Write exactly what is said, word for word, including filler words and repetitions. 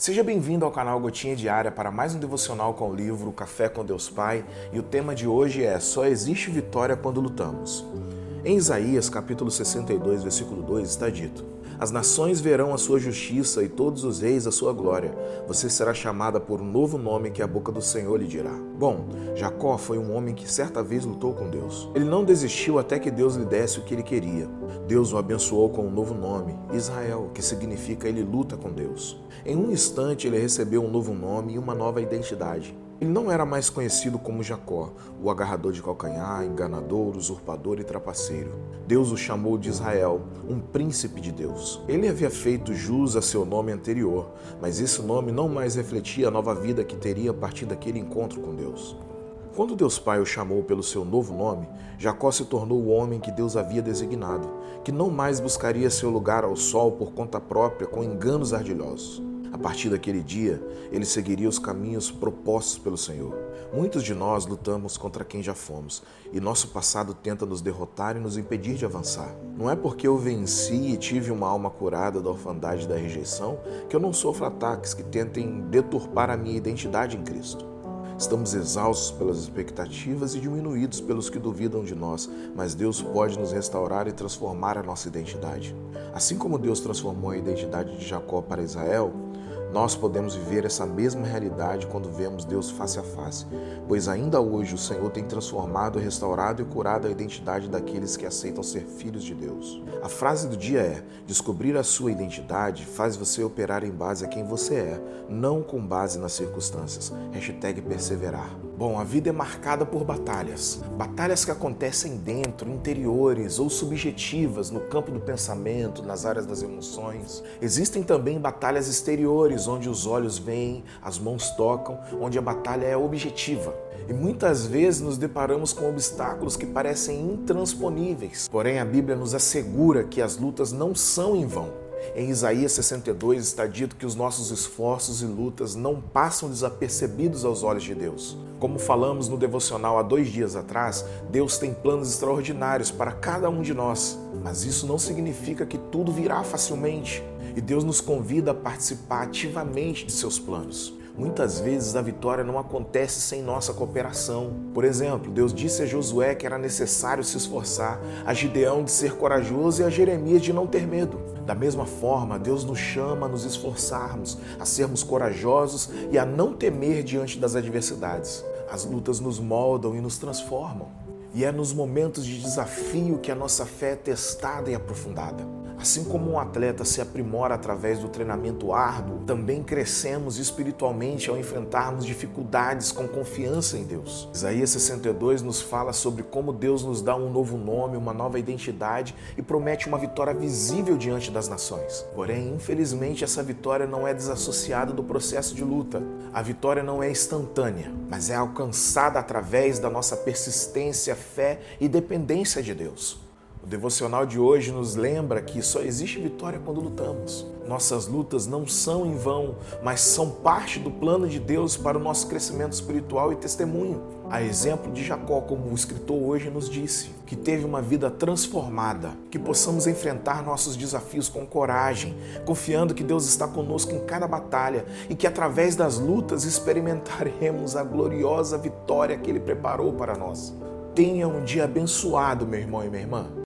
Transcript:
Seja bem-vindo ao canal Gotinha Diária para mais um devocional com o livro Café com Deus Pai, e o tema de hoje é Só existe vitória quando lutamos. Em Isaías capítulo sessenta e dois, versículo dois, está dito: As nações verão a sua justiça e todos os reis a sua glória. Você será chamada por um novo nome que a boca do Senhor lhe dirá. Bom, Jacó foi um homem que certa vez lutou com Deus. Ele não desistiu até que Deus lhe desse o que ele queria. Deus o abençoou com um novo nome, Israel, que significa ele luta com Deus. Em um instante ele recebeu um novo nome e uma nova identidade. Ele não era mais conhecido como Jacó, o agarrador de calcanhar, enganador, usurpador e trapaceiro. Deus o chamou de Israel, um príncipe de Deus. Ele havia feito jus a seu nome anterior, mas esse nome não mais refletia a nova vida que teria a partir daquele encontro com Deus. Quando Deus Pai o chamou pelo seu novo nome, Jacó se tornou o homem que Deus havia designado, que não mais buscaria seu lugar ao sol por conta própria com enganos ardilhosos. A partir daquele dia, ele seguiria os caminhos propostos pelo Senhor. Muitos de nós lutamos contra quem já fomos, e nosso passado tenta nos derrotar e nos impedir de avançar. Não é porque eu venci e tive uma alma curada da orfandade e da rejeição que eu não sofro ataques que tentem deturpar a minha identidade em Cristo. Estamos exaustos pelas expectativas e diminuídos pelos que duvidam de nós, mas Deus pode nos restaurar e transformar a nossa identidade. Assim como Deus transformou a identidade de Jacó para Israel, nós podemos viver essa mesma realidade quando vemos Deus face a face, pois ainda hoje o Senhor tem transformado, restaurado e curado a identidade daqueles que aceitam ser filhos de Deus. A frase do dia é: descobrir a sua identidade faz você operar em base a quem você é, não com base nas circunstâncias. Hashtag perseverar. Bom, a vida é marcada por batalhas. Batalhas que acontecem dentro, interiores ou subjetivas, no campo do pensamento, nas áreas das emoções. Existem também batalhas exteriores, onde os olhos veem, as mãos tocam, onde a batalha é objetiva. E muitas vezes nos deparamos com obstáculos que parecem intransponíveis. Porém, a Bíblia nos assegura que as lutas não são em vão. Em Isaías sessenta e dois está dito que os nossos esforços e lutas não passam desapercebidos aos olhos de Deus. Como falamos no devocional há dois dias atrás, Deus tem planos extraordinários para cada um de nós. Mas isso não significa que tudo virá facilmente. E Deus nos convida a participar ativamente de seus planos. Muitas vezes a vitória não acontece sem nossa cooperação. Por exemplo, Deus disse a Josué que era necessário se esforçar, a Gideão de ser corajoso e a Jeremias de não ter medo. Da mesma forma, Deus nos chama a nos esforçarmos, a sermos corajosos e a não temer diante das adversidades. As lutas nos moldam e nos transformam. E é nos momentos de desafio que a nossa fé é testada e aprofundada. Assim como um atleta se aprimora através do treinamento árduo, também crescemos espiritualmente ao enfrentarmos dificuldades com confiança em Deus. Isaías sessenta e dois nos fala sobre como Deus nos dá um novo nome, uma nova identidade e promete uma vitória visível diante das nações. Porém, infelizmente, essa vitória não é desassociada do processo de luta. A vitória não é instantânea, mas é alcançada através da nossa persistência, fé e dependência de Deus. O devocional de hoje nos lembra que só existe vitória quando lutamos. Nossas lutas não são em vão, mas são parte do plano de Deus para o nosso crescimento espiritual e testemunho. A exemplo de Jacó, como o escritor hoje nos disse, que teve uma vida transformada, que possamos enfrentar nossos desafios com coragem, confiando que Deus está conosco em cada batalha e que através das lutas experimentaremos a gloriosa vitória que Ele preparou para nós. Tenha um dia abençoado, meu irmão e minha irmã.